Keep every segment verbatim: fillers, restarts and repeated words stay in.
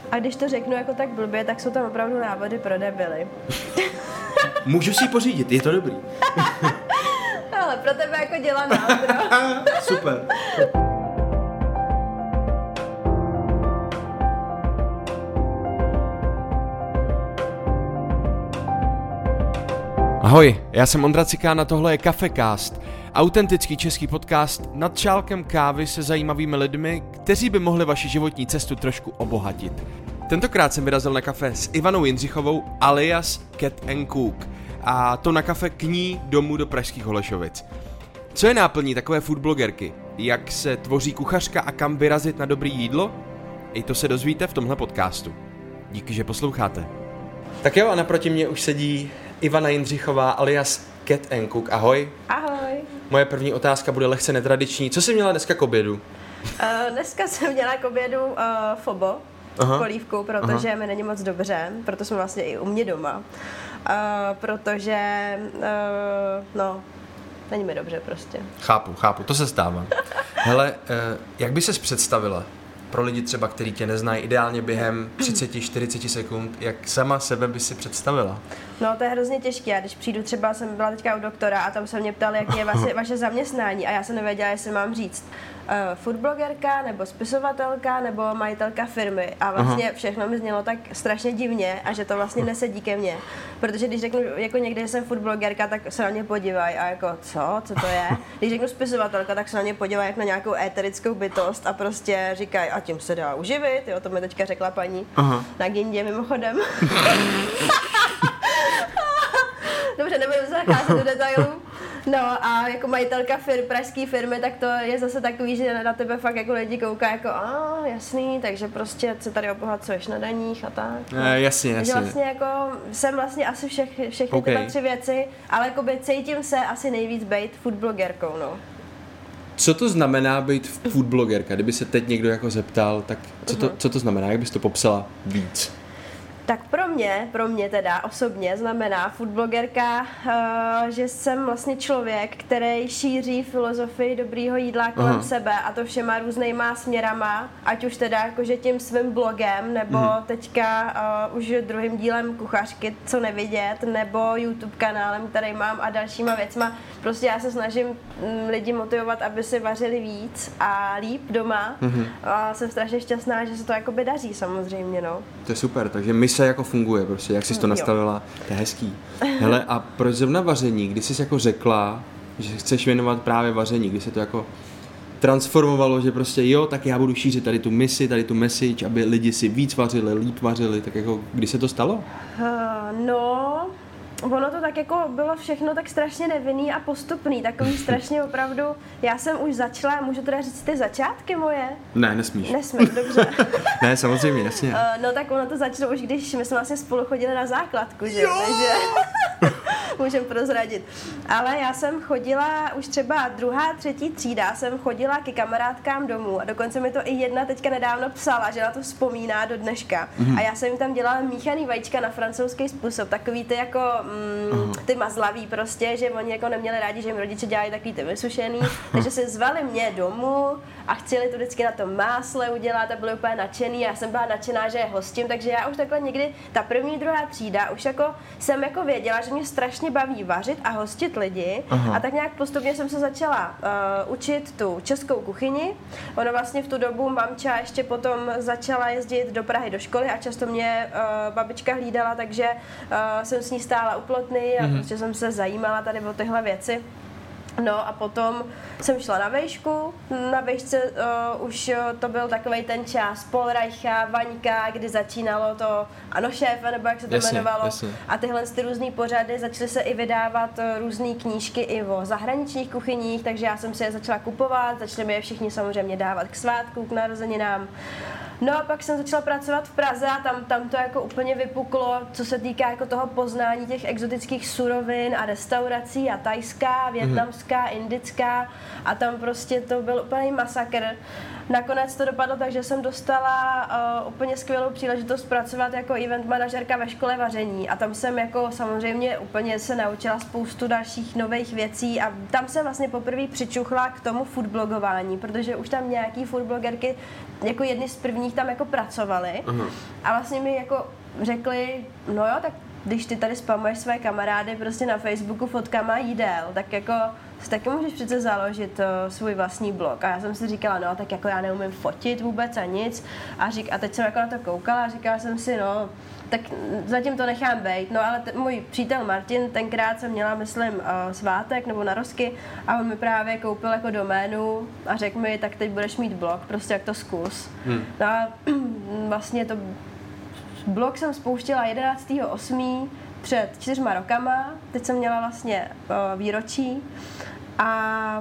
A když to řeknu jako tak blbě, tak jsou tam opravdu návody pro debily. Můžu si ji pořídit, je to dobrý. Ale pro tebe jako dělám outro. Super. Ahoj, já jsem Ondra Cikán a tohle je Cafecast, autentický český podcast nad čálkem kávy se zajímavými lidmi, kteří by mohli vaši životní cestu trošku obohatit. Tentokrát jsem vyrazil na kafe s Ivanou Jindřichovou alias Cat and Cook a to na kafe k ní domů do pražských Holešovic. Co je náplní takové foodblogerky? Jak se tvoří kuchařka a kam vyrazit na dobré jídlo? I to se dozvíte v tomhle podcastu. Díky, že posloucháte. Tak jo, a naproti mě už sedí Ivana Jindřichová alias Cat and Cook. Ahoj. Ahoj. Moje první otázka bude lehce netradiční. Co jsi měla dneska k obědu? Uh, dneska jsem měla k obědu uh, fobo, Aha. polívku, protože Aha. mi není moc dobře, proto jsme vlastně i u mě doma. Uh, protože, uh, no, není mi dobře prostě. Chápu, chápu, to se stává. Hele, uh, jak by ses představila pro lidi třeba, kteří tě neznají, ideálně během třicet čtyřicet sekund, jak sama sebe by si představila? No, to je hrozně těžké. Já když přijdu třeba, jsem byla teďka u doktora a tam se mě ptali, jak je vaše, vaše zaměstnání a já jsem nevěděla, jestli mám říct uh, foodblogerka, nebo spisovatelka, nebo majitelka firmy a vlastně Aha. všechno mi znělo tak strašně divně a že to vlastně nesedí ke mně. Protože když řeknu jako někdy, že jsem foodblogerka, tak se na mě podívají a jako co, co to je? Když řeknu spisovatelka, tak se na mě podívají jak na nějakou éterickou bytost a prostě říkají, a tím se dá uživit, jo, to mi teďka řekla paní Aha. na Gindě mimochodem. Dobře, nebudu zacházet do detailů. No a jako majitelka fir, pražské firmy, tak to je zase takový, že na tebe fakt jako lidi kouká jako a jasný, takže prostě se tady obohacuješ na daních a tak. No. E, jasně, jasně. Takže vlastně jako jsem vlastně asi všech, všechny okay. tyhle tři věci, ale jakoby cítím se asi nejvíc být foodblogerkou, no. Co to znamená být foodblogerka? Kdyby se teď někdo jako zeptal, tak co to, uh-huh. co to znamená? Jak bys to popsala víc? Tak pro mě, pro mě teda osobně znamená foodblogerka, uh, že jsem vlastně člověk, který šíří filozofii dobrýho jídla kolem Aha. sebe a to všema různýma směrama, ať už teda jakože tím svým blogem, nebo Aha. teďka uh, už druhým dílem kuchařky, co nevidět, nebo YouTube kanálem, který mám a dalšíma věcma. Prostě já se snažím m, lidi motivovat, aby si vařili víc a líp doma Aha. a jsem strašně šťastná, že se to jakoby daří samozřejmě, no. To je super, takže my se jako funguje prostě, jak jsi to nastavila, to je hezký. Hele, a proč zrovna vaření, kdy jsi jako řekla, že chceš věnovat právě vaření, kdy se to jako transformovalo, že prostě jo, tak já budu šířit tady tu misi, tady tu message, aby lidi si víc vařili, líp vařili, tak jako, kdy se to stalo? Uh, no... Ono to tak jako bylo všechno tak strašně nevinný a postupný, takový strašně opravdu, já jsem už začala, můžu teda říct ty začátky moje? Ne, nesmíš. Nesmíš, dobře. Ne, samozřejmě, jasně. Uh, no tak ono to začalo už, když my jsme vlastně spolu chodili na základku, že jo, takže můžem prozradit. Ale já jsem chodila už třeba druhá, třetí třída, jsem chodila ke kamarádkám domů a dokonce mi to i jedna teďka nedávno psala, že na to vzpomíná do dneška. Mm-hmm. A já jsem jim tam dělala míchaný vajíčka na francouzský způsob, takový ty jako mm, ty mazlavý prostě, že oni jako neměli rádi, že jim rodiče dělali takový ty vysušený, takže se zvali mě domů a chtěli to vždycky na tom másle udělat a byli úplně nadšený a já jsem byla nadšená, že je hostím, takže já už takhle někdy, ta první, druhá třída, už jako jsem jako věděla, že mě strašně baví vařit a hostit lidi Aha. a tak nějak postupně jsem se začala uh, učit tu českou kuchyni. Ono vlastně v tu dobu mamča ještě potom začala jezdit do Prahy do školy a často mě uh, babička hlídala, takže uh, jsem s ní stála u plotny a mm-hmm. prostě jsem se zajímala tady o tyhle věci. No a potom jsem šla na vejšku, na vejšce uh, už to byl takovej ten čas Polreicha, Vaňka, kdy začínalo to Ano šéfe, nebo jak se to jasně, jmenovalo. Jasně. A tyhle ty různý pořady, začaly se i vydávat různé knížky i o zahraničních kuchyních, takže já jsem si je začala kupovat, začali mi je všichni samozřejmě dávat k svátku, k narozeninám. No a pak jsem začala pracovat v Praze a tam, tam to jako úplně vypuklo, co se týká jako toho poznání těch exotických surovin a restaurací a thajská, vietnamská, indická a tam prostě to byl úplný masakr. nakonec to dopadlo tak, že jsem dostala uh, úplně skvělou příležitost pracovat jako event manažerka ve škole vaření a tam jsem jako samozřejmě úplně se naučila spoustu dalších nových věcí a tam jsem vlastně poprvé přičuchla k tomu foodblogování, protože už tam nějaký foodblogerky jako jedny z prvních tam jako pracovaly uh-huh. a vlastně mi jako řekli, no jo, tak když ty tady spamuješ své kamarády prostě na Facebooku fotkama jídel, tak jako si taky můžeš přece založit uh, svůj vlastní blog. A já jsem si říkala, no tak jako já neumím fotit vůbec a nic. A, řík, a teď jsem jako na to koukala a říkala jsem si, no tak zatím to nechám bejt. No ale t- můj přítel Martin, tenkrát jsem měla, myslím, uh, svátek nebo narozky a on mi právě koupil jako doménu a řekl mi, tak teď budeš mít blog, prostě jak to zkus. Hmm. No a vlastně to blog jsem spouštěla jedenáctého osmého před čtyřma rokama, teď jsem měla vlastně uh, výročí a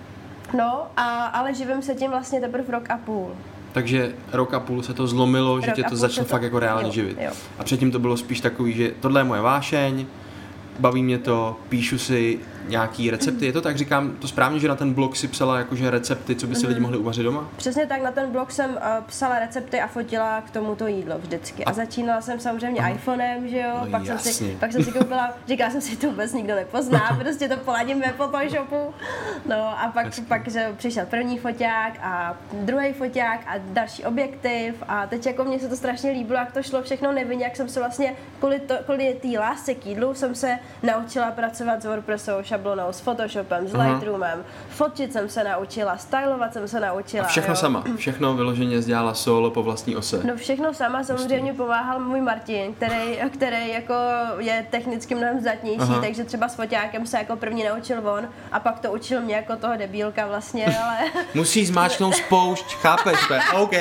no, a, ale živím se tím vlastně teprve rok a půl. Takže rok a půl se to zlomilo, rok že tě to začalo fakt to, jako reálně jo, živit. Jo. A předtím to bylo spíš takový, že tohle je moje vášeň, baví mě to, píšu si nějaký recepty, je to tak, říkám to správně, že na ten blog si psala jakože recepty, co by si mm. lidi mohli uvařit doma? Přesně tak, na ten blog jsem uh, psala recepty a fotila k tomuto jídlo vždycky. A, a začínala jsem samozřejmě Aha. iPhonem, že jo, no pak, jsem si, pak jsem si koupila, říkala jsem si, to vůbec nikdo nepozná, prostě to poladím ve Photoshopu. No a pak, pak že přišel první foťák a druhý foťák a další objektiv a teď jako mně se to strašně líbilo, jak to šlo všechno nevinně, jak jsem se vlastně kvůli, to, kvůli té lásce k jídlu jsem se naučila pracovat s WordPressovou šablonou, s Photoshopem, s Lightroomem, fotit jsem se naučila, stylovat jsem se naučila. A všechno jo. sama, všechno vyloženě dělala solo po vlastní ose. No všechno sama, samozřejmě pomáhal můj Martin, který, který jako je technicky mnohem zdatnější, Aha. takže třeba s foťákem se jako první naučil on a pak to učil mě jako toho debílka vlastně, ale... Musíš zmáčknout spoušť, chápeš, OK.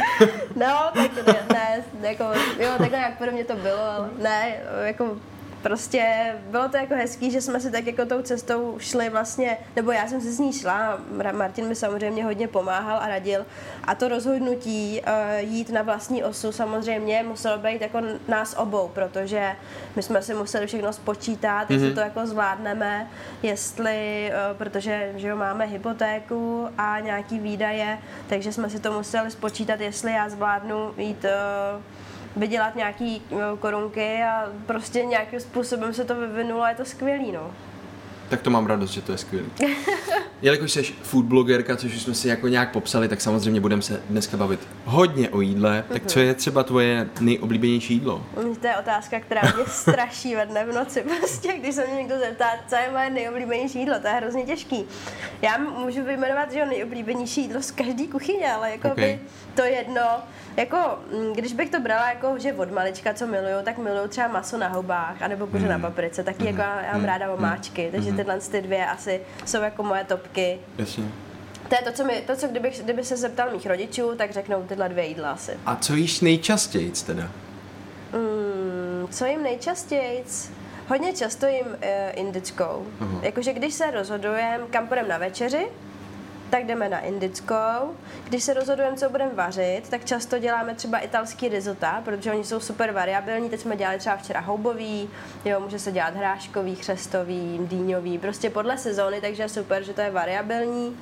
No, tak ne, ne, jako, jo, takhle jak pro mě to bylo, ale ne, jako... Prostě bylo to jako hezký, že jsme si tak jako tou cestou šli vlastně, nebo já jsem si s ní šla, Martin mi samozřejmě hodně pomáhal a radil a to rozhodnutí uh, jít na vlastní osu samozřejmě muselo být jako nás obou, protože my jsme si museli všechno spočítat, mm-hmm. jestli to jako zvládneme, jestli, uh, protože že jo, máme hypotéku a nějaký výdaje, takže jsme si to museli spočítat, jestli já zvládnu jít uh, vydělat nějaký korunky a prostě nějakým způsobem se to vyvinulo a je to skvělý, no. Tak to mám radost, že to je skvělý. Jelikož jsi food blogerka, což už jsme si jako nějak popsali, tak samozřejmě budeme se dneska bavit hodně o jídle. Tak co je třeba tvoje nejoblíbenější jídlo? To je otázka, která mě straší ve dne v noci. Prostě, když se mě někdo zeptá, co je moje nejoblíbenější jídlo, to je hrozně těžký. Já můžu vyjmenovat, že jo, nejoblíbenější jídlo z každé kuchyně, ale jako okay. by to jedno, jako když bych to brala jako, že od malička, co miluju, tak miluju třeba maso na houbách, anebo kuře mm. na paprice, taky mm. jako já mám mm. ráda omáčky, takže mm. tyhle ty dvě asi jsou jako moje topky. Jasně. To je to, co, mi, to, co kdybych, kdyby se zeptal mých rodičů, tak řeknou tyhle dvě jídla asi. A co jíš nejčastěji teda? Mm, co jim nejčastěji? Hodně často jim uh, indickou. Uh-huh. Jakože když se rozhodujeme, kam půjdeme na večeři, tak jdeme na indickou. Když se rozhodujeme, co budeme vařit, tak často děláme třeba italský risotto, protože oni jsou super variabilní. Teď jsme dělali třeba včera houbový, jo, může se dělat hráškový, chřestový, dýňový, prostě podle sezóny, takže je super, že to je variabilní.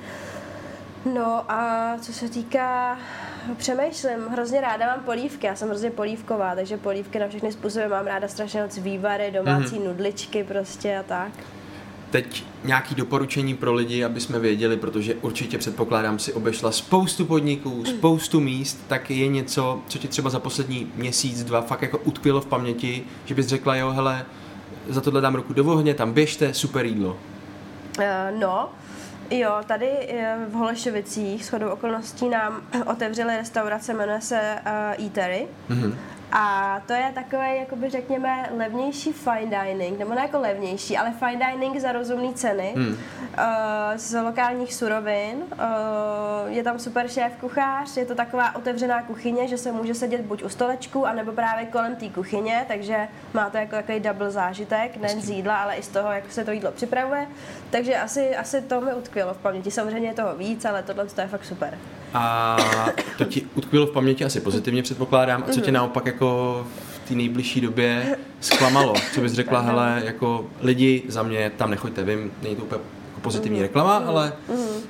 No a co se týká, přemýšlím, hrozně ráda mám polívky, já jsem hrozně polívková, takže polívky na všechny způsoby mám ráda strašně moc, vývary, domácí mm-hmm. nudličky prostě a tak. Teď nějaké doporučení pro lidi, aby jsme věděli, protože určitě předpokládám si obešla spoustu podniků, spoustu míst, tak je něco, co ti třeba za poslední měsíc, dva fakt jako utkvělo v paměti, že bys řekla, jo, hele, za tohle dám ruku do ohně, tam běžte, super jídlo. Uh, no, jo, tady v Holešovicích shodou okolností nám otevřeli restaurace, jmenuje se uh, Eatery. Mm-hmm. A to je takové, jakoby řekněme, levnější fine dining, nebo ne jako levnější, ale fine dining za rozumné ceny, hmm. uh, z lokálních surovin. Uh, je tam super šéf kuchař, je to taková otevřená kuchyně, že se může sedět buď u stolečku, anebo právě kolem té kuchyně, takže má to jako takový double zážitek, nejen z jídla, ale i z toho, jak se to jídlo připravuje. Takže asi, asi to mi utkvělo v paměti. Samozřejmě je toho víc, ale tohle to je fakt super. A to ti utkvělo v paměti asi pozitivně, předpokládám. A co tě naopak jako v té nejbližší době zklamalo? Co bys řekla, hele, jako lidi za mě tam nechoďte, vím, není to úplně jako pozitivní reklama, ale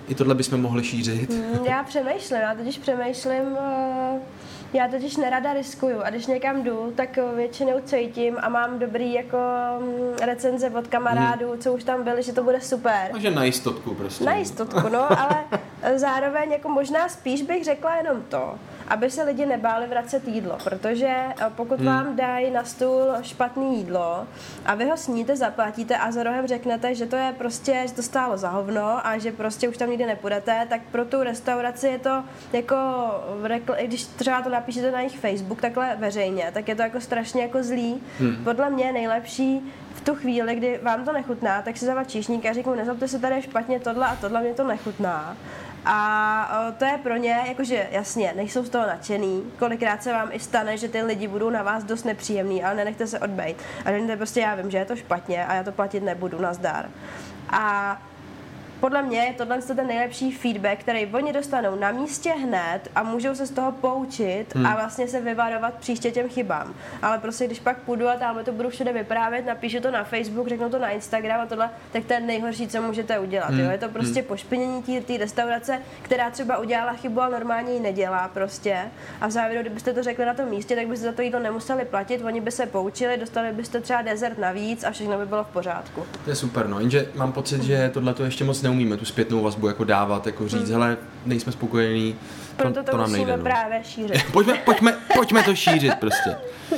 i tohle bychom mohli šířit? Mm, já přemýšlím, já totiž přemýšlím, uh, já totiž nerada riskuju a když někam jdu, tak většinou cítím a mám dobrý jako recenze od kamarádů, hmm. co už tam byli, že to bude super. Takže na jistotku prostě. Na jistotku, no, ale zároveň jako možná spíš bych řekla jenom to, aby se lidi nebáli vracet jídlo, protože pokud hmm. vám dají na stůl špatný jídlo a vy ho sníte, zaplatíte a za rohem řeknete, že to je prostě, že to stálo za hovno a že prostě už tam nikdy nepůjdete, tak pro tu restauraci je to jako, když třeba to napíšete na jejich Facebook takhle veřejně, tak je to jako strašně jako zlý. Hmm. Podle mě nejlepší v tu chvíli, kdy vám to nechutná, tak si zavolat číšníka a řeknu, nezlobte se, tady je špatně tohle a tohle mě to nechutná. A to je pro ně, jakože jasně, nejsou z toho nadšený, kolikrát se vám i stane, že ty lidi budou na vás dost nepříjemný, ale nenechte se odbejt. A řekněte prostě, já vím, že je to špatně a já to platit nebudu, nazdar. A podle mě je tohle ten nejlepší feedback, který oni dostanou na místě hned a můžou se z toho poučit hmm. a vlastně se vyvarovat příště těm chybám. Ale prostě když pak půjdu a tam to budu všude vyprávět, napíšu to na Facebook, řeknu to na Instagram a tohle, tak to je nejhorší, co můžete udělat. Hmm. Jo? Je to prostě hmm. pošpinění té restaurace, která třeba udělala chybu, ale normálně ji nedělá prostě. A v závěru, kdybyste to řekli na tom místě, tak byste za to jídlo nemuseli platit, oni by se poučili, dostali byste třeba dezert navíc a všechno by bylo v pořádku. To je super, no, jenže mám pocit, že tohle to ještě moc neumíme tu zpětnou vazbu jako dávat, jako říct, hmm. hele, nejsme spokojení, to, Proto to, to nám musíme nejde. No. právě šířit. pojďme, pojďme, pojďme to šířit prostě.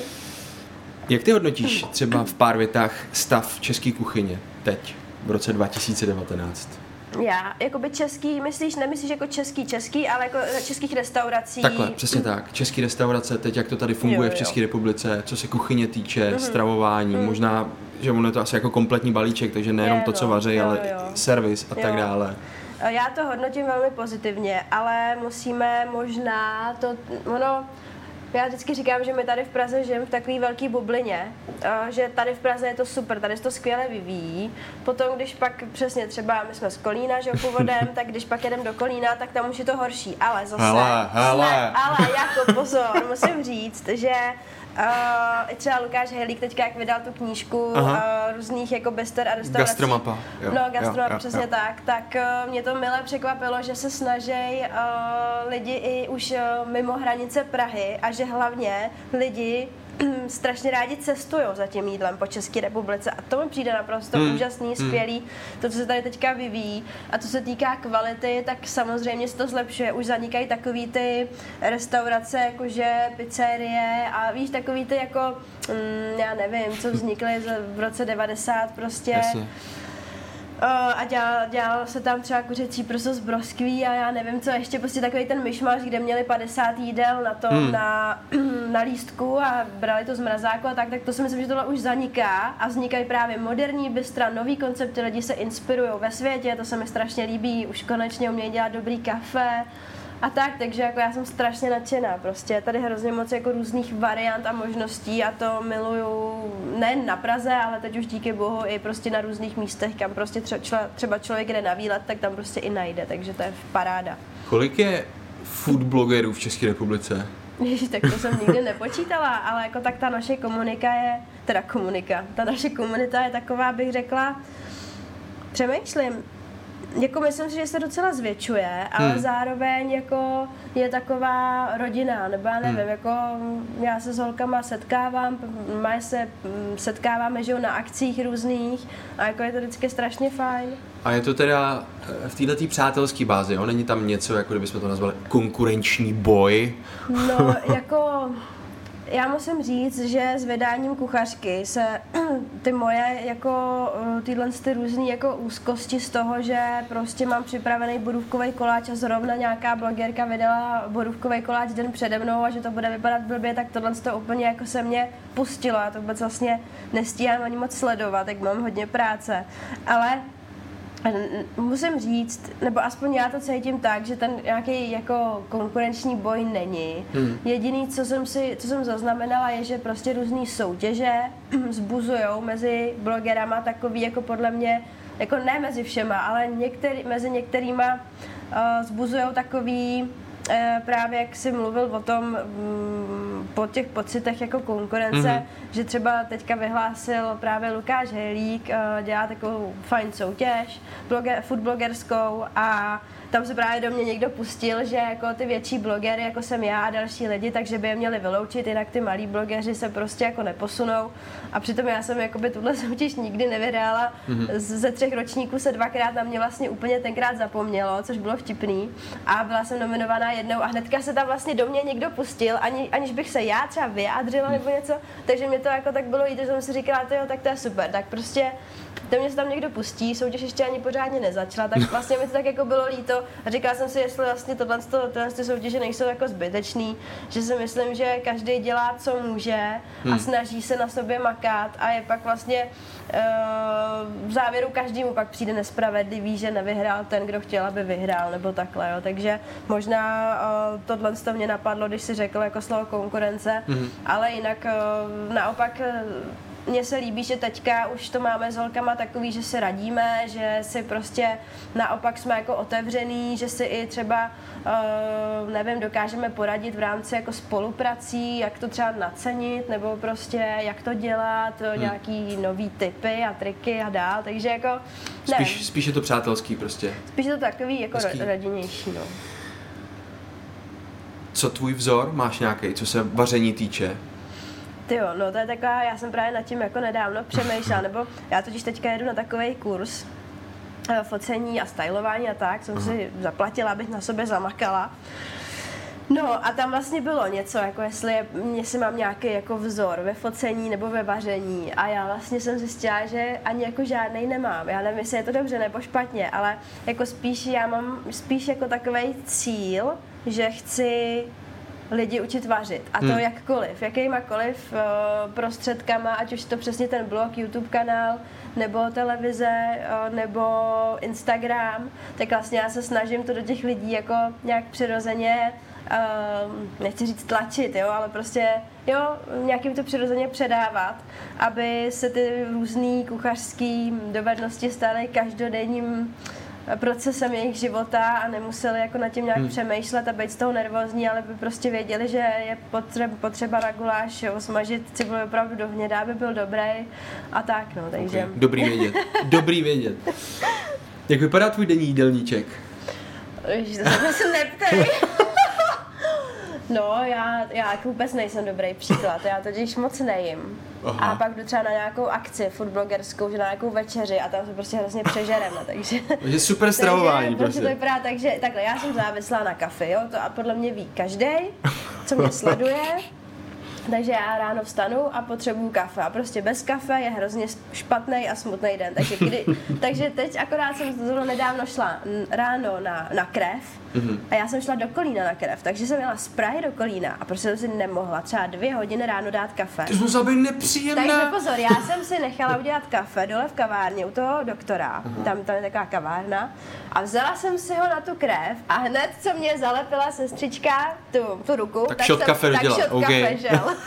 Jak ty hodnotíš třeba v pár větách stav české kuchyně teď, v roce dva tisíce devatenáct? Já, jakoby český, myslíš, nemyslíš jako český český, ale jako českých restaurací? Takhle, přesně tak. Český restaurace, teď jak to tady funguje jo, jo. v České republice, co se kuchyně týče, mm-hmm. stravování, mm. možná, že ono je to asi jako kompletní balíček, takže nejenom je, to, co vaří, ale jo. servis a jo. tak dále. Já to hodnotím velmi pozitivně, ale musíme možná to, ono, já vždycky říkám, že my tady v Praze žijeme v takové velké bublině, že tady v Praze je to super, tady se to skvěle vyvíjí. Potom, když pak přesně třeba, my jsme z Kolína, že původem, tak když pak jedeme do Kolína, tak tam už je to horší. Ale zase, hele, hele. Jsme, ale jako pozor, musím říct, že Uh, třeba Lukáš Hejlík teďka, jak vydal tu knížku uh, různých jako bester a restaurací. Gastromapa. Jo, no, Gastromapa, jo, přesně jo. tak. Tak uh, mě to mile překvapilo, že se snaží uh, lidi i už uh, mimo hranice Prahy a že hlavně lidi strašně rádi cestují za tím jídlem po České republice a to mi přijde naprosto hmm. úžasný, hmm. skvělý, to, co se tady teďka vyvíjí. A co se týká kvality, tak samozřejmě se to zlepšuje. Už zanikají takový ty restaurace, jakože pizzerie a víš, takový ty jako, mm, já nevím, co vznikly v roce devadesát prostě. Jasně. Uh, a dělal, dělal se tam třeba kuřecí prso z broskví a já nevím co, ještě prostě takový ten myšmaš, kde měli padesát jídel na tom, hmm. na, na lístku a brali to z mrazáku a tak, tak to si myslím, že tohle už zaniká a vznikají právě moderní bystra, nový koncepty, lidi se inspirují ve světě, to se mi strašně líbí, už konečně umějí dělat dobrý kafe a tak, takže jako já jsem strašně nadšená, prostě tady hrozně moc jako různých variant a možností a to miluju nejen na Praze, ale teď už díky bohu i prostě na různých místech, kam prostě třeba, třeba člověk jde na výlet, tak tam prostě i najde, takže to je paráda. Kolik je food blogerů v České republice? Ježiš, tak to jsem nikdy nepočítala, ale jako tak ta naše komunika je, teda komunika, ta naše komunita je taková, bych řekla, přemýšlím, jako myslím si, že se docela zvětšuje, ale hmm. zároveň jako je taková rodina, nebo já nevím, hmm. jako já se s holkama setkávám, my se setkáváme, že jo, na akcích různých a jako je to vždycky strašně fajn. A je to teda v této přátelské bázi, jo? Není tam něco, jako kdybychom to nazvali konkurenční boj? No, jako já musím říct, že s vydáním kuchařky se ty moje jako tyhle ty různý jako úzkosti z toho, že prostě mám připravený borůvkový koláč a zrovna nějaká blogerka vydala borůvkový koláč den přede mnou a že to bude vypadat blbě, tak tohle to úplně jako se mě pustilo. Já to vůbec vlastně nestíhám ani moc sledovat, tak mám hodně práce. Ale musím říct, nebo aspoň já to cítím tak, že ten nějaký jako konkurenční boj není. Hmm. Jediný, co jsem si, co jsem zaznamenala, je, že prostě různý soutěže zbuzujou mezi blogerama takový jako podle mě, jako ne mezi všema, ale některý, mezi některýma uh, zbuzujou takový Uh, právě jak jsi mluvil o tom, um, po těch pocitech jako konkurence, mm-hmm. že třeba teďka vyhlásil právě Lukáš Hejlík, dělá takovou fajn soutěž, bloger, food blogerskou a tam se právě do mě někdo pustil, že jako ty větší blogery, jako jsem já a další lidi, takže by je měli vyloučit, jinak ty malí blogeři se prostě jako neposunou. A přitom já jsem jakoby tuhle soutěž nikdy nevyhrála. Mm-hmm. Ze třech ročníků se dvakrát na mě vlastně úplně tenkrát zapomnělo, což bylo vtipný. A byla jsem nominovaná jednou a hnedka se tam vlastně do mě někdo pustil, ani, aniž bych se já třeba vyjádřila nebo něco. Takže mě to jako tak bylo jít, že jsem si říkala, jo, tak to je super, tak prostě to mě se tam někdo pustí, soutěž ještě ani pořádně nezačala, tak vlastně mi to tak jako bylo líto a říkala jsem si, jestli vlastně tohle, tohle ty soutěže nejsou jako zbytečný, že si myslím, že každý dělá, co může a hmm. snaží se na sobě makat a je pak vlastně uh, v závěru každému pak přijde nespravedlivý, že nevyhrál ten, kdo chtěl, aby vyhrál, nebo takhle, jo. Takže možná uh, tohle to mě napadlo, když si řekl jako slovo konkurence, hmm. ale jinak uh, naopak uh, mně se líbí, že teďka už to máme s holkama takový, že si radíme, že si prostě naopak jsme jako otevřený, že si i třeba, uh, nevím, dokážeme poradit v rámci jako spoluprací, jak to třeba nacenit, nebo prostě jak to dělat, hmm. nějaký nový tipy a triky a dál, takže jako, Spíš, spíš je to přátelský prostě. Spíš je to takový jako ro- rodinnější, no. Co tvůj vzor? Máš nějaký, co se vaření týče? Tyjo, no to je taková, já jsem právě nad tím jako nedávno přemýšlela, nebo já totiž teďka jedu na takovej kurz focení a stylování a tak, jsem si zaplatila, abych na sobě zamakala. No a tam vlastně bylo něco, jako jestli, je, jestli mám nějaký jako vzor ve focení nebo ve vaření a já vlastně jsem zjistila, že ani jako žádnej nemám. Já nevím, jestli je to dobře nebo špatně, ale jako spíš já mám spíš jako takovej cíl, že chci lidi učit vařit. A to hmm. jakkoliv, jakýmakoliv uh, prostředkama, ať už to přesně ten blog, YouTube kanál, nebo televize, uh, nebo Instagram, tak vlastně já se snažím to do těch lidí jako nějak přirozeně, uh, nechci říct tlačit, jo, ale prostě jo, nějakým to přirozeně předávat, aby se ty různý kuchařský dovednosti staly každodenním procesem jejich života a nemuseli jako nad tím nějak hmm. přemýšlet a být z toho nervózní, ale by prostě věděli, že je potřeba, potřeba na guláš smažit cibuli opravdu do hněda, aby byl dobrý a tak, no, takže... Okay. Dobrý vědět, dobrý vědět. Jak vypadá tvůj denní jídelníček? Ježiš, to se asi neptej. No, já, já jako vůbec nejsem dobrý příklad, já totiž moc nejím. Aha. A pak jdu třeba na nějakou akci foodblogerskou, že na nějakou večeři a tam se prostě hrozně přežereme, takže... Takže super stravování takže, prostě. To vypadá tak, že takhle, já jsem závislá na kafe, jo, to a podle mě ví každej, co mě sleduje. Takže já ráno vstanu a potřebuju kafe a prostě bez kafe je hrozně špatný a smutný den. Takže, kdy, takže teď akorát jsem zrovna nedávno šla ráno na, na krev mm-hmm. a já jsem šla do Kolína na krev, takže jsem jela z Prahy do Kolína a prostě jsem si nemohla třeba dvě hodiny ráno dát kafe. To musela být nepříjemná. Takže pozor, já jsem si nechala udělat kafe dole v kavárně u toho doktora, uh-huh. tam, tam je taková kavárna a vzala jsem si ho na tu krev a hned, co mě zalepila sestřička tu, tu ruku, tak, tak shot jsem kafe tak shot okay. kafe žel.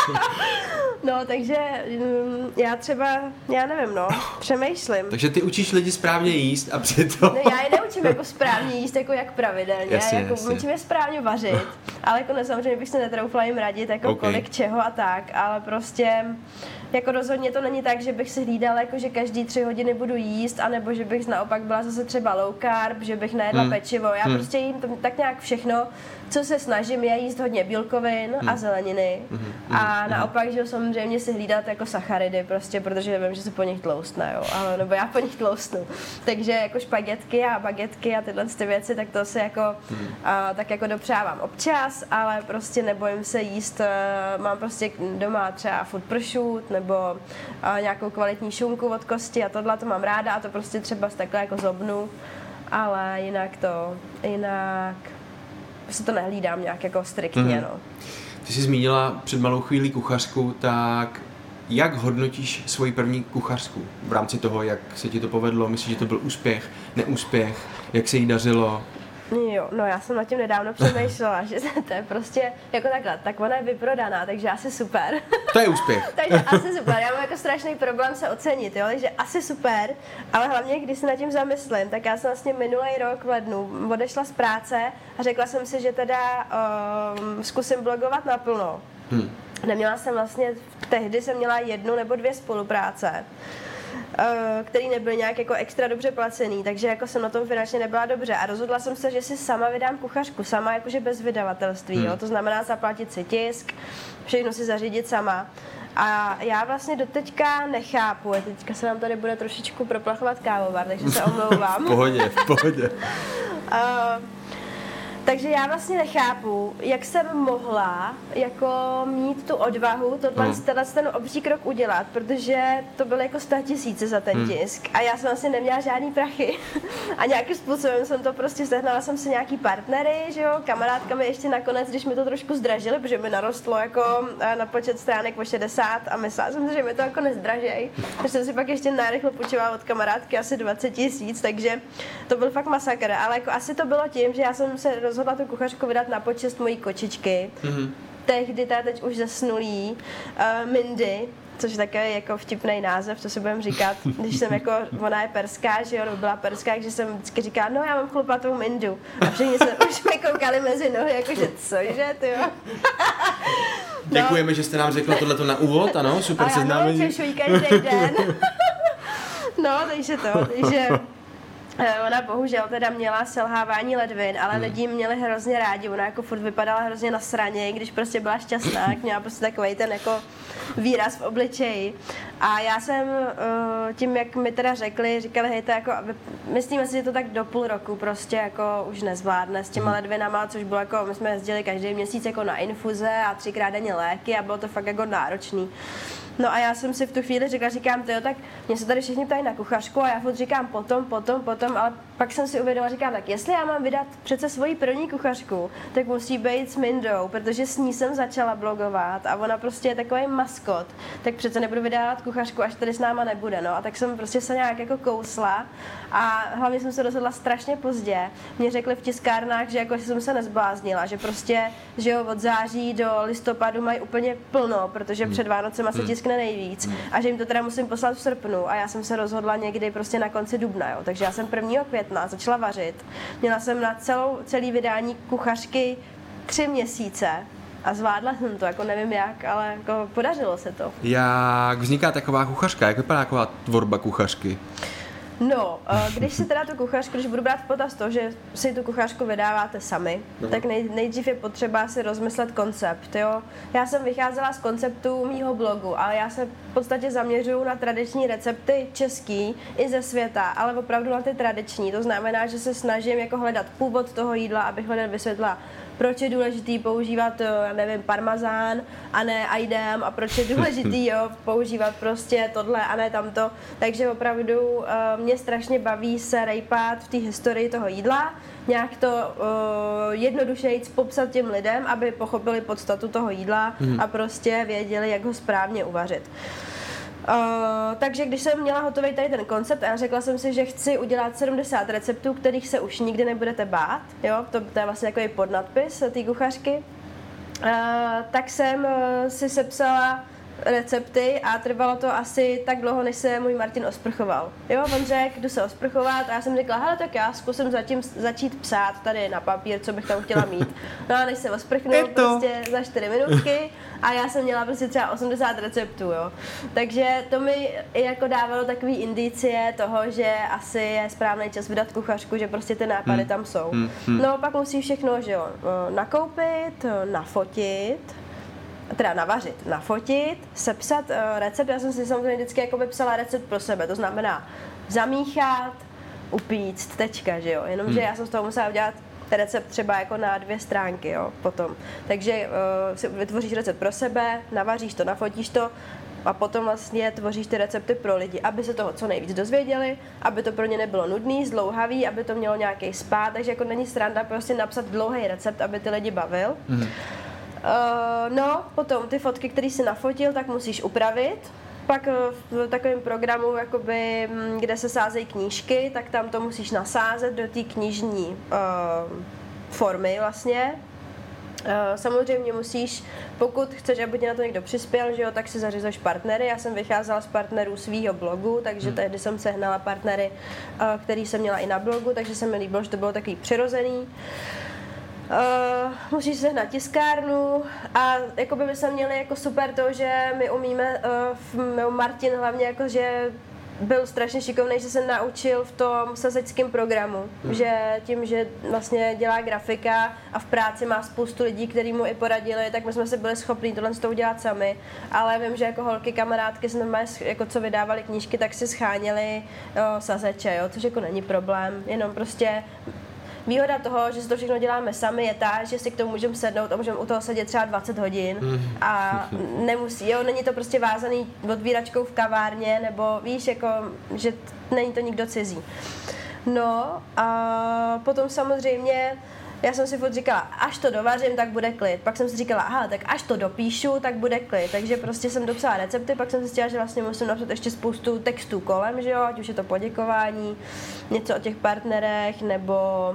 No, takže um, já třeba, já nevím, no, přemýšlím. Takže ty učíš lidi správně jíst a přitom... No, já je neučím jako správně jíst, jako jak pravidelně, jasně, jako jasně. učím je správně vařit, ale jako ne, samozřejmě bych se netroufla jim radit, jako okay. kolik čeho a tak, ale prostě jako rozhodně to není tak, že bych si hlídala, jako že každý tři hodiny budu jíst, anebo že bych naopak byla zase třeba low carb, že bych nejedla hmm. pečivo, já hmm. prostě jím to, tak nějak všechno, co se snažím, je jíst hodně bílkovin hmm. a zeleniny hmm. a hmm. naopak, že samozřejmě si hlídat jako sacharidy prostě, protože vím, že se po nich tloustne, jo, ale, nebo já po nich tloustnu, takže jako špagetky a bagetky a tyhle ty věci, tak to si jako hmm. a, tak jako dopřávám občas, ale prostě nebojím se jíst, uh, mám prostě doma třeba food prosciutto nebo uh, nějakou kvalitní šunku od kosti a tohle to mám ráda a to prostě třeba takhle jako zobnu, ale jinak to, jinak se to nehlídám nějak jako striktně, mm-hmm. no. Ty jsi zmínila před malou chvílí kuchařku, tak jak hodnotíš svoji první kuchařku v rámci toho, jak se ti to povedlo? Myslíš, že to byl úspěch, neúspěch, jak se jí dařilo? Jo, no já jsem nad tím nedávno přemýšlela, že to je prostě jako takhle, tak ona je vyprodaná, takže asi super. To je úspěch. Takže asi super, já mám jako strašný problém se ocenit, jo, takže asi super, ale hlavně, když se nad tím zamyslím, tak já jsem vlastně minulý rok v lednu odešla z práce a řekla jsem si, že teda um, zkusím blogovat naplno. Hmm. Neměla jsem vlastně, tehdy jsem měla jednu nebo dvě spolupráce, který nebyl nějak jako extra dobře placený, takže jako jsem na tom finančně nebyla dobře a rozhodla jsem se, že si sama vydám kuchařku, sama jakože bez vydavatelství, hmm. jo? To znamená zaplatit si tisk, všechno si zařídit sama. A já vlastně doteďka nechápu, teďka se nám tady bude trošičku proplachovat kávovar, takže se omlouvám. V pohodě, v pohodě. uh, Takže já vlastně nechápu, jak jsem mohla jako mít tu odvahu tohle, hmm. tenhle ten obří krok udělat, protože to bylo jako sto tisíce za ten hmm. tisk a já jsem vlastně neměla žádný prachy a nějakým způsobem jsem to prostě sehnala jsem si nějaký partnery, že jo, kamarádka mi ještě nakonec, když mi to trošku zdražili, protože mi narostlo jako na počet stránek o šedesát a myslela jsem si, že mi to jako nezdražej, takže jsem si pak ještě narychlo půjčovala od kamarádky asi dvacet tisíc, takže to byl fakt masakr, ale jako asi to bylo tím, že já jsem se rozhodla tu kuchařku vydat na počest mojí kočičky. Mm-hmm. Tehdy ta teď už zesnulý uh, Mindy, což je takový jako vtipný název, co si budem říkat, když jsem jako, ona je perská, že jo, byla perská, takže jsem vždycky říkala, no já mám chlupatou Mindu. A všichni se už mi koukali mezi nohy, jakože cože, ty jo. No. Děkujeme, že jste nám řekla tohleto na úvod, ano, super seznámení. A já češuji každý den. No, takže to, takže ona bohužel teda měla selhávání ledvin, ale hmm. lidi měli hrozně rádi, ona jako furt vypadala hrozně nasraně, když prostě byla šťastná, měla prostě takovej ten jako výraz v obličeji. A já jsem tím, jak mi teda řekli, říkali, hej, to jako, myslíme si, že to tak do půl roku prostě jako už nezvládne s těma ledvinama, což bylo jako, my jsme jezdili každý měsíc jako na infuze a třikrát denně léky a bylo to fakt jako náročný. No a já jsem si v tu chvíli řekla, říkám, tyjo, tak mě se tady všichni ptají na kuchařku a já furt říkám potom, potom, potom, ale pak jsem si uvědomila, říkám, tak jestli já mám vydat přece svoji první kuchařku, tak musí být s Mindou, protože s ní jsem začala blogovat a ona prostě je takový maskot, tak přece nebudu vydávat kuchařku, až tady s náma nebude, no a tak jsem prostě se nějak jako kousla a hlavně jsem se rozhodla strašně pozdě. Mě řekli v tiskárnách, že jako jsem se nezbláznila, že prostě, že jo, od září do listopadu mají úplně plno, protože před Vánocema se tiskne nejvíc a že jim to teda musím poslat v srpnu a já jsem se rozhodla někdy prostě na konci dubna, jo. Takže já jsem prvního května začala vařit. Měla jsem na celou, celý vydání kuchařky tři měsíce a zvládla jsem to, jako nevím jak, ale jako podařilo se to. Jak vzniká taková kuchařka? Jak vypadá taková tvorba kuchařky? No, když si teda tu kuchařku, když budu brát v potaz to, že si tu kuchařku vydáváte sami, no. tak nej, nejdřív je potřeba si rozmyslet koncept, jo. Já jsem vycházela z konceptu mýho blogu, ale já se v podstatě zaměřuju na tradiční recepty český i ze světa, ale opravdu na ty tradiční. To znamená, že se snažím jako hledat původ toho jídla, abych hledat vysvětlila, proč je důležitý používat, já nevím, parmazán a ne ajdem a proč je důležitý, jo, používat prostě tohle a ne tamto. Takže opravdu uh, mě strašně baví se rejpat v té historii toho jídla, nějak to uh, jednodušejíc popsat těm lidem, aby pochopili podstatu toho jídla hmm. a prostě věděli, jak ho správně uvařit. Uh, takže když jsem měla hotový tady ten koncept a řekla jsem si, že chci udělat sedmdesát receptů, kterých se už nikdy nebudete bát, jo, to, to je vlastně takový podnadpis té kuchařky, uh, tak jsem uh, si sepsala recepty a trvalo to asi tak dlouho, než se můj Martin osprchoval. Jo, on řekl, jdu se osprchovat a já jsem řekla, hele, tak já zkusím zatím začít psát tady na papír, co bych tam chtěla mít. No a než se osprchnul prostě za čtyři minutky a já jsem měla prostě třeba osmdesát receptů, jo. Takže to mi jako dávalo takový indicie toho, že asi je správný čas vydat kuchařku, že prostě ty nápady hmm. tam jsou. Hmm. No pak musí všechno, že jo, nakoupit, nafotit, teda navařit, nafotit, sepsat uh, recept. Já jsem si samozřejmě vždycky jako psala recept pro sebe, to znamená zamíchat, upíct, tečka, že jo, jenomže hmm. já jsem z toho musela udělat recept třeba jako na dvě stránky, jo, potom. Takže uh, si vytvoříš recept pro sebe, navaříš to, nafotíš to a potom vlastně tvoříš ty recepty pro lidi, aby se toho co nejvíc dozvěděli, aby to pro ně nebylo nudný, zdlouhavý, aby to mělo nějaký spát, takže jako není sranda prostě napsat dlouhý recept, aby ty lidi bavil. Hmm. Uh, no, potom ty fotky, které si nafotil, tak musíš upravit. Pak v takovém programu, jakoby, kde se sázejí knížky, tak tam to musíš nasázet do té knižní uh, formy vlastně. Uh, samozřejmě musíš, pokud chceš, aby tě na to někdo přispěl, že jo, tak si zařizuješ partnery. Já jsem vycházela z partnerů svýho blogu, takže hmm. tehdy jsem sehnala partnery, uh, který jsem měla i na blogu, takže se mi líbilo, že to bylo takový přirozený. Uh, musíš sehnat tiskárnu a jakoby by se měli jako super to, že my umíme, uh, Martin hlavně jako, že byl strašně šikovný, že se naučil v tom sazeckém programu, hmm. že tím, že vlastně dělá grafika a v práci má spoustu lidí, kteří mu i poradili, tak my jsme si byli schopni tohle z toho udělat sami, ale vím, že jako holky, kamarádky, jako co vydávali knížky, tak si scháněli jo, sazeče, jo, což jako není problém, jenom prostě výhoda toho, že si to všechno děláme sami, je ta, že si k tomu můžeme sednout a můžeme u toho sedět třeba dvacet hodin a nemusí, jo, není to prostě vázaný odvíračkou v kavárně, nebo víš, jako, že není to nikdo cizí. No a potom samozřejmě já jsem si furt říkala, až to dovařím, tak bude klid. Pak jsem si říkala, aha, tak až to dopíšu, tak bude klid. Takže prostě jsem dopsala recepty, pak jsem zjistila, že vlastně musím napsat ještě spoustu textů kolem, že jo, ať už je to poděkování, něco o těch partnerech, nebo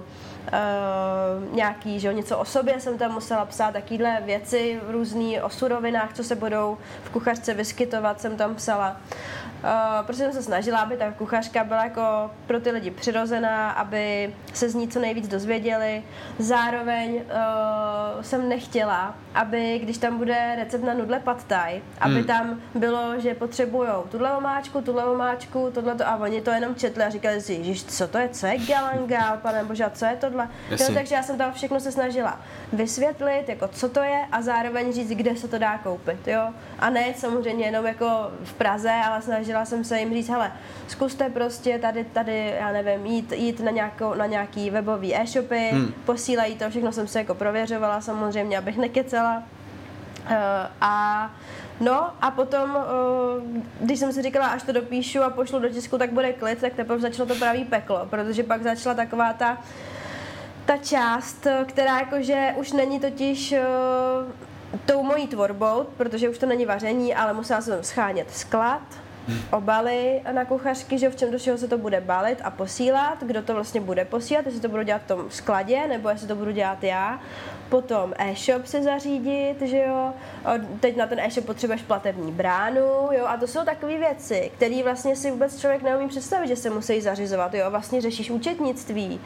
uh, nějaký, že jo, něco o sobě jsem tam musela psát, takovýhle věci různý o surovinách, co se budou v kuchařce vyskytovat, jsem tam psala. Uh, prostě jsem se snažila, aby ta kuchařka byla jako pro ty lidi přirozená, aby se z ní co nejvíc dozvěděli. Zároveň uh, jsem nechtěla, aby když tam bude recept na nudle pad thai, aby hmm. tam bylo, že potřebujou tuhle omáčku, tuhle omáčku, tohleto a oni to jenom četli a říkali si, ježiš, co to je, co je galangal, pane bože, co je tohle. Jo, takže já jsem tam všechno se snažila vysvětlit, jako co to je a zároveň říct, kde se to dá koupit, jo. A ne samozřejmě jenom jako v Praze, ale snažila jsem se jim říct, hele, zkuste prostě tady, tady, já nevím, jít, jít na, nějakou, na nějaký webový e-shopy, hmm. posílají to, všechno jsem se jako prověřovala samozřejmě, abych nekecela. Uh, a no a potom, uh, když jsem si říkala, až to dopíšu a pošlu do tisku, tak bude klid, tak teprve začalo to pravý peklo, protože pak začala taková ta, ta část, která jakože už není totiž uh, tou mojí tvorbou, protože už to není vaření, ale musela jsem schánět sklad, obaly na kuchařky, že v čem do čeho se to bude balit a posílat, kdo to vlastně bude posílat, jestli to budu dělat v tom skladě, nebo jestli to budu dělat já. Potom e-shop si zařídit, že jo, teď na ten e-shop potřebuješ platební bránu, jo, a to jsou takové věci, které vlastně si vůbec člověk neumí představit, že se musí zařizovat, jo, vlastně řešíš účetnictví.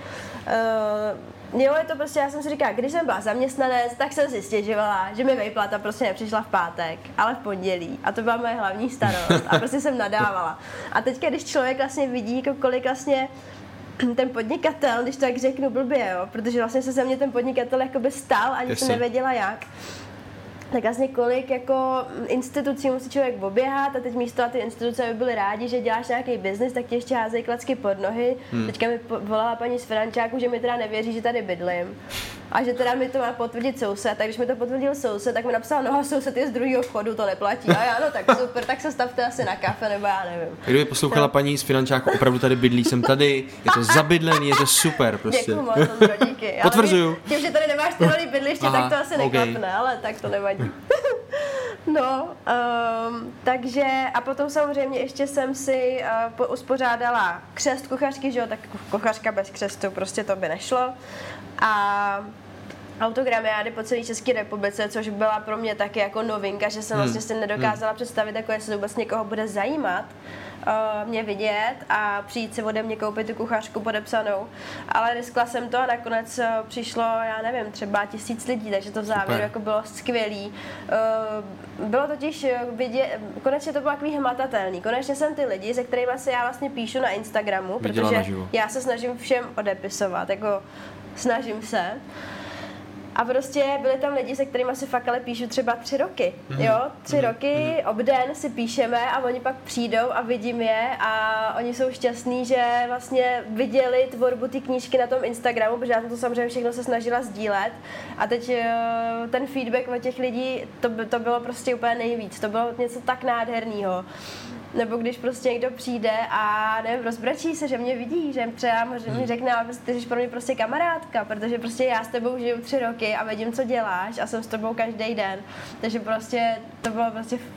Uh, jo, je to prostě, já jsem si říkala, když jsem byla zaměstnanec, tak jsem si stěžovala, že mi výplata prostě nepřišla v pátek, ale v pondělí, a to byla moje hlavní starost a prostě jsem nadávala. A teďka, když člověk vlastně vidí, kolik vlastně ten podnikatel, když to tak řeknu blbě, jo, protože vlastně se ze mě ten podnikatel jakoby stál, ani to nevěděla jak, tak vlastně kolik jako institucí musí člověk oběhat a teď místo a ty instituce by byly rádi, že děláš nějaký biznis, tak ti ještě házejí klacky pod nohy. Hmm. Teďka mi volala paní z Frančáku, že mi teda nevěří, že tady bydlím. A že teda mi to má potvrdit soused, tak když mi to potvrdil soused, tak mi napsal, no a soused je z druhého vchodu, to neplatí. A já, no tak super, tak se stavte asi na kafe, nebo já nevím. Kdyby poslouchala no. paní z Finančáku, opravdu tady bydlí, jsem tady, je to zabydlený, je to super prostě. Děkuju moc, Ondro, díky. Potvrzuju. Tím, že tady nemáš ty nový bydliště, aha, tak to asi okay. neklapne, ale tak to nevadí. No, um, takže a potom samozřejmě ještě jsem si uh, uspořádala křest kuchařky, že jo, tak kuchařka bez křestu prostě to by nešlo. A autogramiády po celé České republice, což byla pro mě taky jako novinka, že jsem hmm. vlastně si nedokázala hmm. představit, jako jestli vůbec někoho bude zajímat uh, mě vidět a přijít si ode mě koupit tu kuchařku podepsanou. Ale riskla jsem to a nakonec uh, přišlo, já nevím, třeba tisíc lidí, takže to v závěru jako bylo skvělý. Uh, bylo totiž vidět, konečně to bylo takový hmatatelný. Konečně jsem ty lidi, se kterými se já vlastně píšu na Instagramu, viděla protože naživo. Já se snažím všem odepisovat, jako snažím se. A prostě byli tam lidi, se kterými si fakt ale píšu třeba tři roky, jo, tři mm-hmm. roky, obden si píšeme a oni pak přijdou a vidím je a oni jsou šťastní, že vlastně viděli tvorbu té knížky na tom Instagramu, protože já jsem to samozřejmě všechno se snažila sdílet a teď ten feedback od těch lidí, to, to bylo prostě úplně nejvíc, to bylo něco tak nádherného. Nebo když prostě někdo přijde a nevím, rozbračí se, že mě vidí, že třeba mi řekne, ale ty jsi pro mě prostě kamarádka, protože prostě já s tebou žiju tři roky a vidím, co děláš a jsem s tebou každý den. Takže prostě to bylo prostě fakt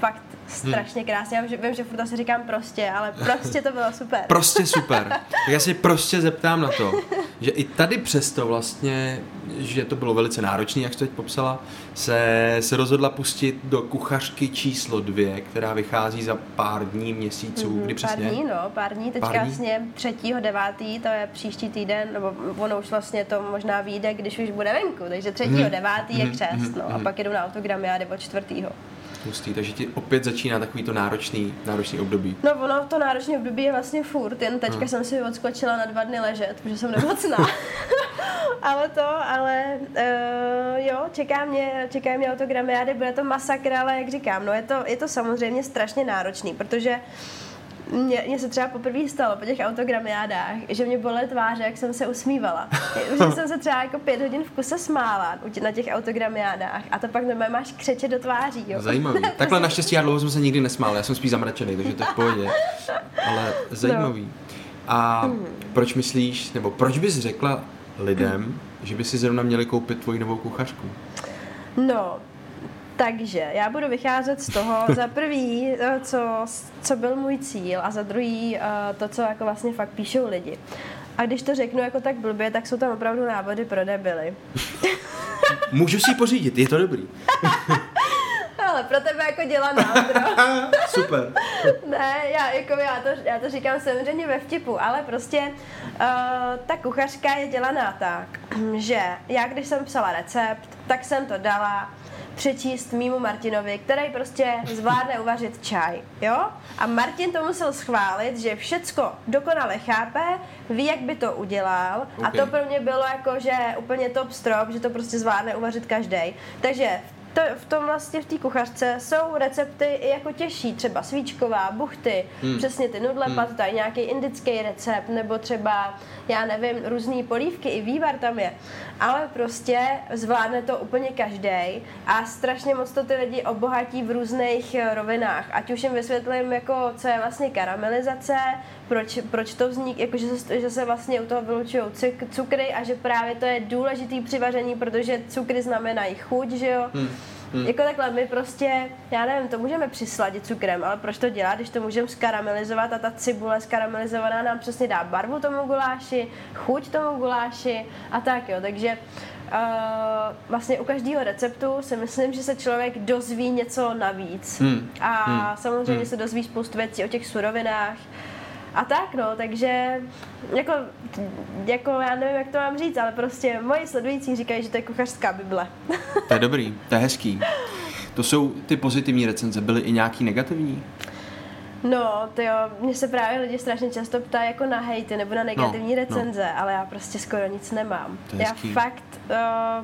strašně krásně. Já vím, že furt asi říkám prostě, ale prostě to bylo super. Prostě super. Tak já si prostě zeptám na to, že i tady přesto vlastně, že to bylo velice náročné, jak jsi teď popsala, se, se rozhodla pustit do kuchařky číslo dvě, která vychází za pár dní, měsíců, mm-hmm, kdy přesně? Pár dní, no, pár dní, teďka pár dní? Vlastně třetího devátý, to je příští týden, nebo ono už vlastně to možná vyjde, když už bude venku, takže třetího devátý je křest, mm-hmm, no, mm-hmm. a pak jedu na autogramy nebo čtvrtýho. Hustý, takže ti opět začíná takový to náročný, náročný období. No ono, to náročné období je vlastně furt, jen teďka hmm. jsem si odskočila na dva dny ležet, protože jsem nemocná. ale to, ale uh, jo, čeká mě, čeká mě autogramiády, bude to masakr, ale jak říkám, no je to, je to samozřejmě strašně náročný, protože Mně, mně se třeba poprvé stalo po těch autogramiádách, že mě bolely tváře, jak jsem se usmívala. Že jsem se třeba jako pět hodin v kuse smála na těch autogramiádách a to pak normálně máš křeče do tváří. Jo. Zajímavý. Takhle naštěstí já dlouho jsem se nikdy nesmál, já jsem spíš zamračený, takže to je v pohodě. Ale zajímavý. No. A hmm. proč myslíš, nebo proč bys řekla lidem, hmm. že by si zrovna měli koupit tvoji novou kuchařku? No, takže já budu vycházet z toho za prvý, co, co byl můj cíl a za druhý to, co jako vlastně fakt píšou lidi. A když to řeknu jako tak blbě, tak jsou tam opravdu návody pro debily. Můžu si ji pořídit, je to dobrý. Ale pro tebe jako dělá náhodro. Super. Ne, já, jako já, to, já to říkám samozřejmě ve vtipu, ale prostě uh, ta kuchařka je dělaná tak, že já když jsem psala recept, tak jsem to dala přečíst mýmu Martinovi, který prostě zvládne uvařit čaj, jo? A Martin to musel schválit, že všecko dokonale chápe, ví, jak by to udělal, okay. A to pro mě bylo jako, že úplně top strop, že to prostě zvládne uvařit každej. Takže to, v tom vlastně v té kuchařce jsou recepty i jako těžší, třeba svíčková, buchty, hmm. přesně ty nudle, hmm. pad, tady nějaký indický recept, nebo třeba, já nevím, různý polívky, i vývar tam je. Ale prostě zvládne to úplně každej a strašně moc to ty lidi obohatí v různých rovinách. Ať už jim vysvětlím, jako, co je vlastně karamelizace, proč, proč to vznikne, jako, že, se, že se vlastně u toho vylučují cukry a že právě to je důležitý při vaření, protože cukry znamenají chuť, že jo. Hmm. Hmm. Jako takhle my prostě, já nevím, to můžeme přisladit cukrem, ale proč to dělat, když to můžeme skaramelizovat a ta cibule skaramelizovaná nám přesně dá barvu tomu guláši, chuť tomu guláši a tak jo, takže uh, vlastně u každého receptu si myslím, že se člověk dozví něco navíc hmm. a hmm. samozřejmě hmm. se dozví spoustu věcí o těch surovinách. A tak no, takže jako, jako já nevím, jak to mám říct, ale prostě moji sledující říkají, že to je kuchařská bible. To je dobrý, to je hezký. To jsou ty pozitivní recenze, byly i nějaký negativní? No, to jo, mě se právě lidi strašně často ptají jako na hejty nebo na negativní no, recenze, no. Ale já prostě skoro nic nemám. Já fakt... Uh,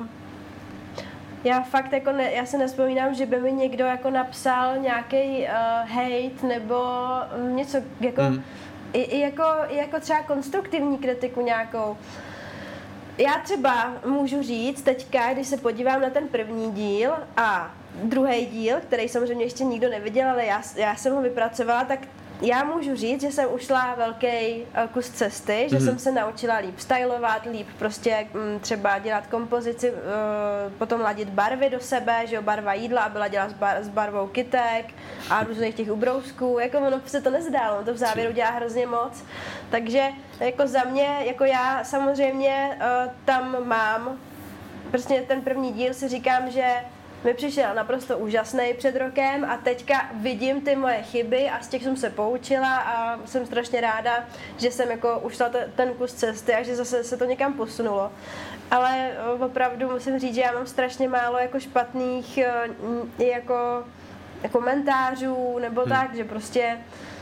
Já fakt jako ne, já si nespomínám, že by mi někdo jako napsal nějaký uh, hate nebo něco jako mm. i, i jako i jako třeba konstruktivní kritiku nějakou. Já třeba můžu říct teďka, když se podívám na ten první díl a druhý díl, který samozřejmě ještě nikdo neviděl, ale já, já jsem ho vypracovala, tak já můžu říct, že jsem ušla velký kus cesty, že mm. jsem se naučila líp stylovat, líp prostě m, třeba dělat kompozici, uh, potom ladit barvy do sebe, že jo, barva jídla a byla dělat s, bar, s barvou kytek a různých těch ubrousků, jako ono se to nezdálo, to v závěru dělá hrozně moc, takže jako za mě, jako já samozřejmě uh, tam mám, prostě ten první díl si říkám, že mi přišel naprosto úžasný před rokem a teďka vidím ty moje chyby a z těch jsem se poučila a jsem strašně ráda, že jsem jako ušla t- ten kus cesty a že zase se to někam posunulo. Ale opravdu musím říct, že já mám strašně málo jako špatných jako komentářů nebo hmm. tak, že prostě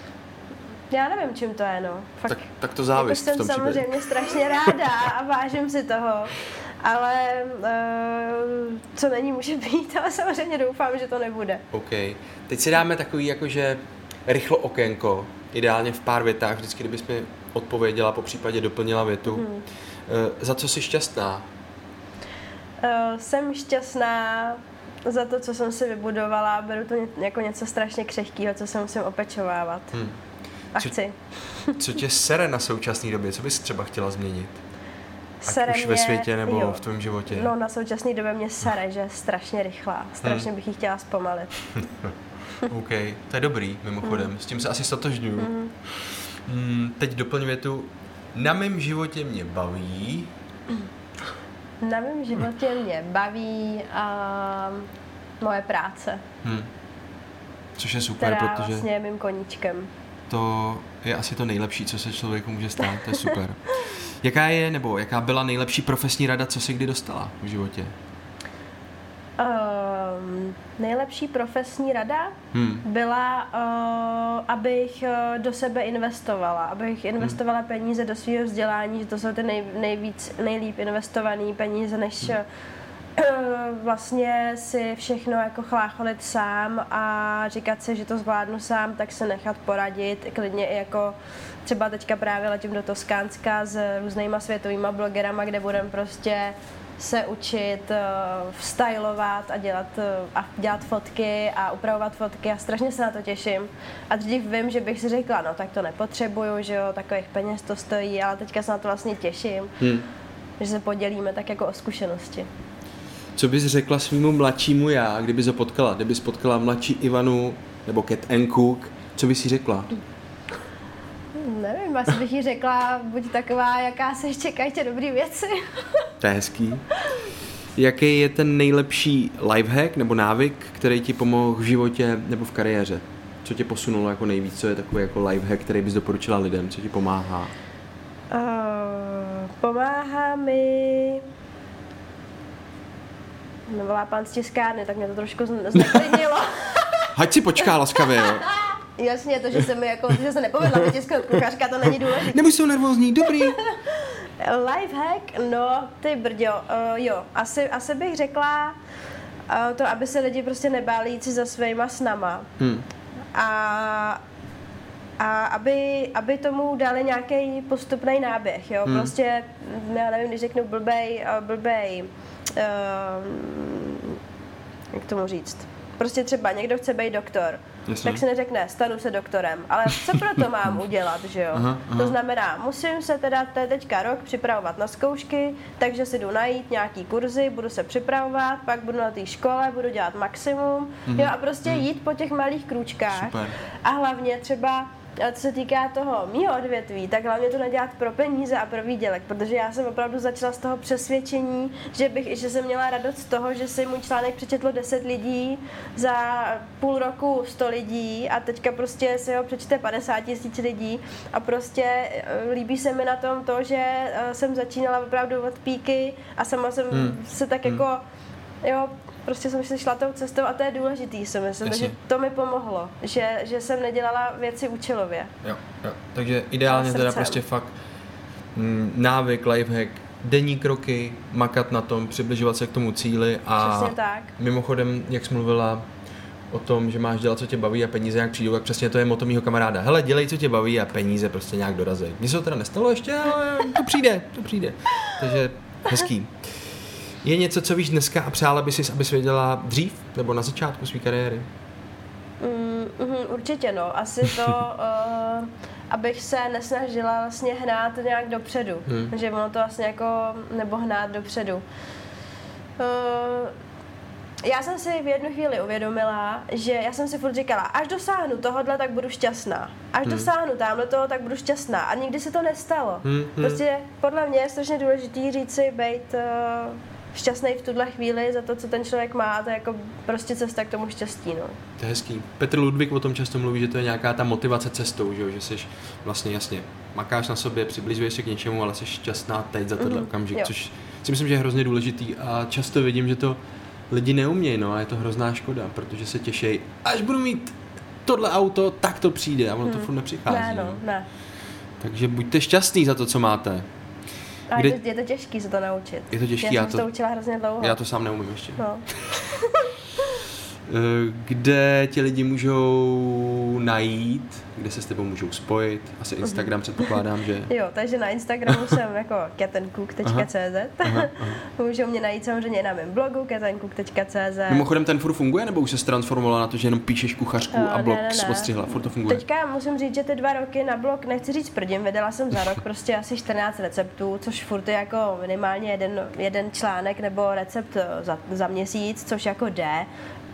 já nevím, čím to je, no. Fakt, tak, tak to závist jako v tom jsem samozřejmě příběhu. Strašně ráda a vážím si toho. Ale uh, co není, může být, ale samozřejmě doufám, že to nebude. OK. Teď si dáme takový jakože rychlo okénko, ideálně v pár větách, vždycky, kdybys mi odpověděla, po případě doplnila větu. Hmm. Uh, za co jsi šťastná? Uh, jsem šťastná za to, co jsem si vybudovala, beru to ně, jako něco strašně křehkého, co se musím opečovávat. Hmm. A co, chci. Co tě sere na současné době? Co bys třeba chtěla změnit? Sere Ať už mě, ve světě nebo jo. v tvém životě. No na současné době mě sere, že je strašně rychlá. Strašně bych ji chtěla zpomalit. OK, to je dobrý, mimochodem. Mm. S tím se asi stotožňuju. Mm. Mm, teď doplň větu. Na mém životě mě baví... Na mém životě mě baví uh, moje práce. Hmm. Což je super, která protože... vlastně je mým koníčkem. To je asi to nejlepší, co se člověku může stát, to je super. Jaká je, nebo jaká byla nejlepší profesní rada, co jsi kdy dostala v životě? Um, nejlepší profesní rada hmm. byla, uh, abych uh, do sebe investovala, abych investovala hmm. peníze do svého vzdělání, že to jsou ty nej, nejvíc, nejlíp investované peníze, než hmm. uh, vlastně si všechno jako chlácholit sám a říkat si, že to zvládnu sám, tak se nechat poradit, klidně i jako třeba teďka právě letím do Toskánska s různýma světovýma blogerama, kde budem prostě se učit uh, stylovat a dělat, uh, a dělat fotky a upravovat fotky a strašně se na to těším. A dřív vím, že bych si řekla, no tak to nepotřebuju, že jo, takových peněz to stojí, ale teďka se na to vlastně těším, hmm. že se podělíme tak jako o zkušenosti. Co bys řekla svýmu mladšímu já, kdyby se potkala, kdyby potkala mladší Ivanu nebo Cat and Cook, co bys jí řekla? Nevím, asi bych jí řekla, buď taková, jaká seš, čekají tě dobrý věci. To je hezký. Jaký je ten nejlepší lifehack nebo návyk, který ti pomohl v životě nebo v kariéře? Co tě posunulo jako nejvíc? Co je takový jako lifehack, který bys doporučila lidem? Co ti pomáhá? Uh, pomáhá mi... No, volá pán z tiskárny, tak mě to trošku zneklidnilo. Haď si počká laskavě, jo. Jasně, to, že se mi jako, že se nepovedla vytisknout kuchařka, to není důležité. Nebuď jsou nervózní, dobrý. Lifehack, no, ty brďo, uh, jo, asi, asi bych řekla uh, to, aby se lidi prostě nebáli jít si za svýma snama. Hmm. A, a aby, aby tomu dali nějaký postupný náběh, jo, hmm. prostě, já nevím, když řeknu blbej, uh, blbej, uh, jak tomu říct, prostě třeba někdo chce být doktor, Jasně. tak si neřekne, stanu se doktorem, ale co pro to mám udělat, že jo? Aha, aha. To znamená, musím se teda teďka rok připravovat na zkoušky, takže si jdu najít nějaký kurzy, budu se připravovat, pak budu na té škole, budu dělat maximum, mhm. jo, a prostě mhm. jít po těch malých krůčkách. Super. A hlavně třeba, co se týká toho mýho odvětví, tak hlavně to nedělat pro peníze a pro výdělek, protože já jsem opravdu začala z toho přesvědčení, že, bych, že jsem měla radost z toho, že si můj článek přečetlo deset lidí, za půl roku sto lidí a teďka prostě si ho přečte padesát tisíc lidí a prostě líbí se mi na tom to, že jsem začínala opravdu od píky a sama jsem hmm. se tak hmm. jako, jo, prostě jsem si šla tou cestou a to je důležitý, si myslím, takže to mi pomohlo, že, že jsem nedělala věci účelově. Jo, jo. Takže ideálně teda prostě fakt m, návyk, lifehack, denní kroky, makat na tom, přibližovat se k tomu cíli a přesně tak. Mimochodem, jak jsi mluvila o tom, že máš dělat, co tě baví a peníze nějak přijdou, tak přesně to je motto mýho kamaráda. Hele, dělej, co tě baví a peníze prostě nějak dorazí. Mně se to teda nestalo ještě, ale to přijde, to přijde. Takže hezký. Je něco, co víš dneska a přála by si, abys věděla dřív nebo na začátku své kariéry? Mm, mm, určitě no. Asi to, uh, abych se nesnažila vlastně hnát nějak dopředu. Hmm. Že ono to vlastně jako, nebo hnát dopředu. Uh, já jsem si v jednu chvíli uvědomila, že já jsem si furt říkala, až dosáhnu tohodle, tak budu šťastná. Až hmm. dosáhnu tamhle toho, tak budu šťastná. A nikdy se to nestalo. Hmm. Prostě podle mě je strašně důležitý říct si, být uh, šťastný v tuhle chvíli za to, co ten člověk má, to je jako prostě cesta k tomu štěstí, no. To je hezký. Petr Ludvík o tom často mluví, že to je nějaká ta motivace cestou, že, že jsi vlastně jasně makáš na sobě, přibližuješ se k něčemu, ale jsi šťastná teď za tenhle mm-hmm. okamžik, jo. Což si myslím, že je hrozně důležitý a často vidím, že to lidi neumějí, no a je to hrozná škoda, protože se těší, až budu mít tohle auto, tak to přijde a ono hmm. to furt nepřichází. Ne, no, no. Ne. Takže buďte šťastný za to, co máte. A Kde... je, to, je to těžký se to naučit. Je to těžký, já, já jsem to, to učila hrozně dlouho. Já to sám neumím ještě. No. Kde ti lidi můžou najít, kde se s tebou můžou spojit? Asi Instagram předpokládám, že... Jo, takže na Instagramu jsem jako cat and cook tečka cé zet. Můžou mě najít samozřejmě na mém blogu cat and cook tečka cé zet. Mimochodem ten furt funguje, nebo už se transformovala na to, že jenom píšeš kuchařku no, a blog odstřihla? Furt to funguje? Teďka musím říct, že ty dva roky na blog, nechci říct prdím, vydala jsem za rok prostě asi čtrnáct receptů, což furt je jako minimálně jeden, jeden článek nebo recept za, za měsíc, což jako jde.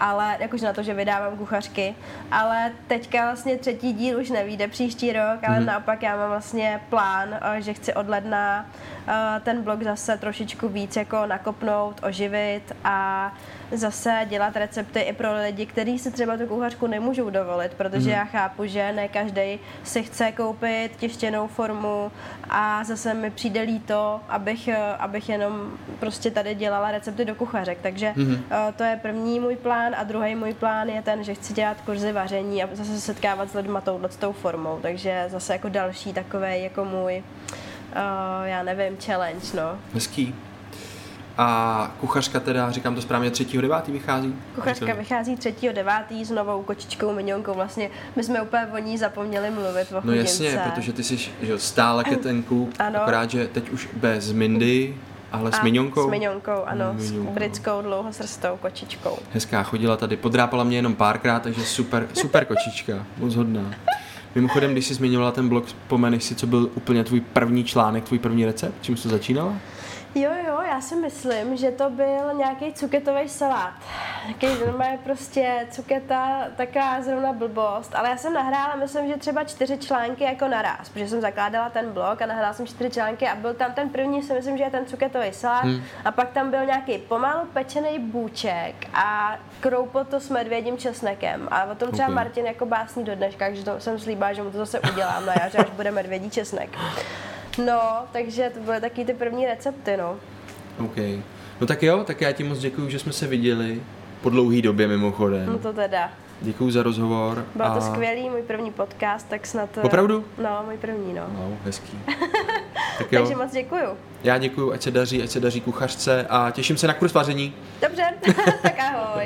ale jakože na to, že vydávám kuchařky, ale teďka vlastně třetí díl už nevyjde příští rok, ale mm. naopak já mám vlastně plán, že chci od ledna ten blog zase trošičku víc jako nakopnout, oživit a zase dělat recepty i pro lidi, kteří si třeba tu kuchařku nemůžou dovolit, protože mm. já chápu, že ne každý si chce koupit tištěnou formu a zase mi přijde líto, abych, abych jenom prostě tady dělala recepty do kuchařek, takže mm. to je první můj plán a druhý můj plán je ten, že chci dělat kurzy vaření a zase se setkávat s lidma touhletou formou, takže zase jako další takovej jako můj, uh, já nevím, challenge, no. Hezký. A kuchařka teda, říkám to správně, třetího devátého vychází? Kuchařka vychází třetího devátého s novou kočičkou Minionkou, vlastně my jsme úplně o ní zapomněli mluvit o chudince. No jasně, protože ty jsi že, stále ketenku, akorát, že teď už bez Mindy, ale s a, Minionkou. S Minionkou, ano, Minionkou. S britskou dlouhosrstou kočičkou. Hezká, chodila tady, podrápala mě jenom párkrát, takže super, super kočička, moc hodná. Mimochodem, když jsi zmiňovala ten blog, vzpomeneš si, co byl úplně tvůj první článek, tvůj první recept, čím jsi to začínala? Jo, jo, já si myslím, že to byl nějaký cuketový salát. Nějaký normálně prostě cuketa, taková zrovna blbost, ale já jsem nahrála, myslím, že třeba čtyři články jako naraz, protože jsem zakládala ten blog a nahrála jsem čtyři články a byl tam ten první, si myslím, že je ten cuketový salát hmm. a pak tam byl nějaký pomalu pečený bůček a kroupoto s medvědím česnekem a o tom třeba okay. Martin jako básní do dneška, takže to jsem slíbala, že mu to zase udělám na jaře, až bude medvědí česnek. No, takže to byly taky ty první recepty, no. OK. No tak jo, tak já ti moc děkuju, že jsme se viděli po dlouhý době mimochodem. No to teda. Děkuju za rozhovor. Byl a... to skvělý, můj první podcast, tak snad... Opravdu? No, můj první, no. No, hezký. Tak takže moc děkuju. Já děkuju, ať se daří, ať se daří kuchařce a těším se na kurz vaření. Dobře, tak ahoj.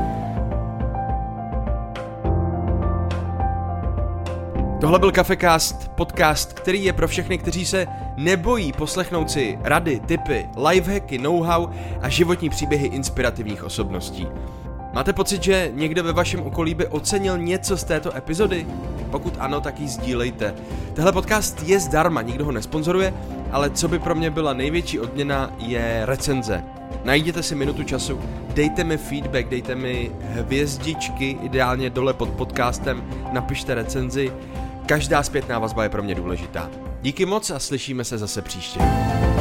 Tohle byl Cafecast, podcast, který je pro všechny, kteří se nebojí poslechnout si rady, tipy, lifehacky, know-how a životní příběhy inspirativních osobností. Máte pocit, že někdo ve vašem okolí by ocenil něco z této epizody? Pokud ano, tak ji sdílejte. Tehle podcast je zdarma, nikdo ho nesponzoruje, ale co by pro mě byla největší odměna je recenze. Najděte si minutu času, dejte mi feedback, dejte mi hvězdičky, ideálně dole pod podcastem, napište recenzi. Každá zpětná vazba je pro mě důležitá. Díky moc a slyšíme se zase příště.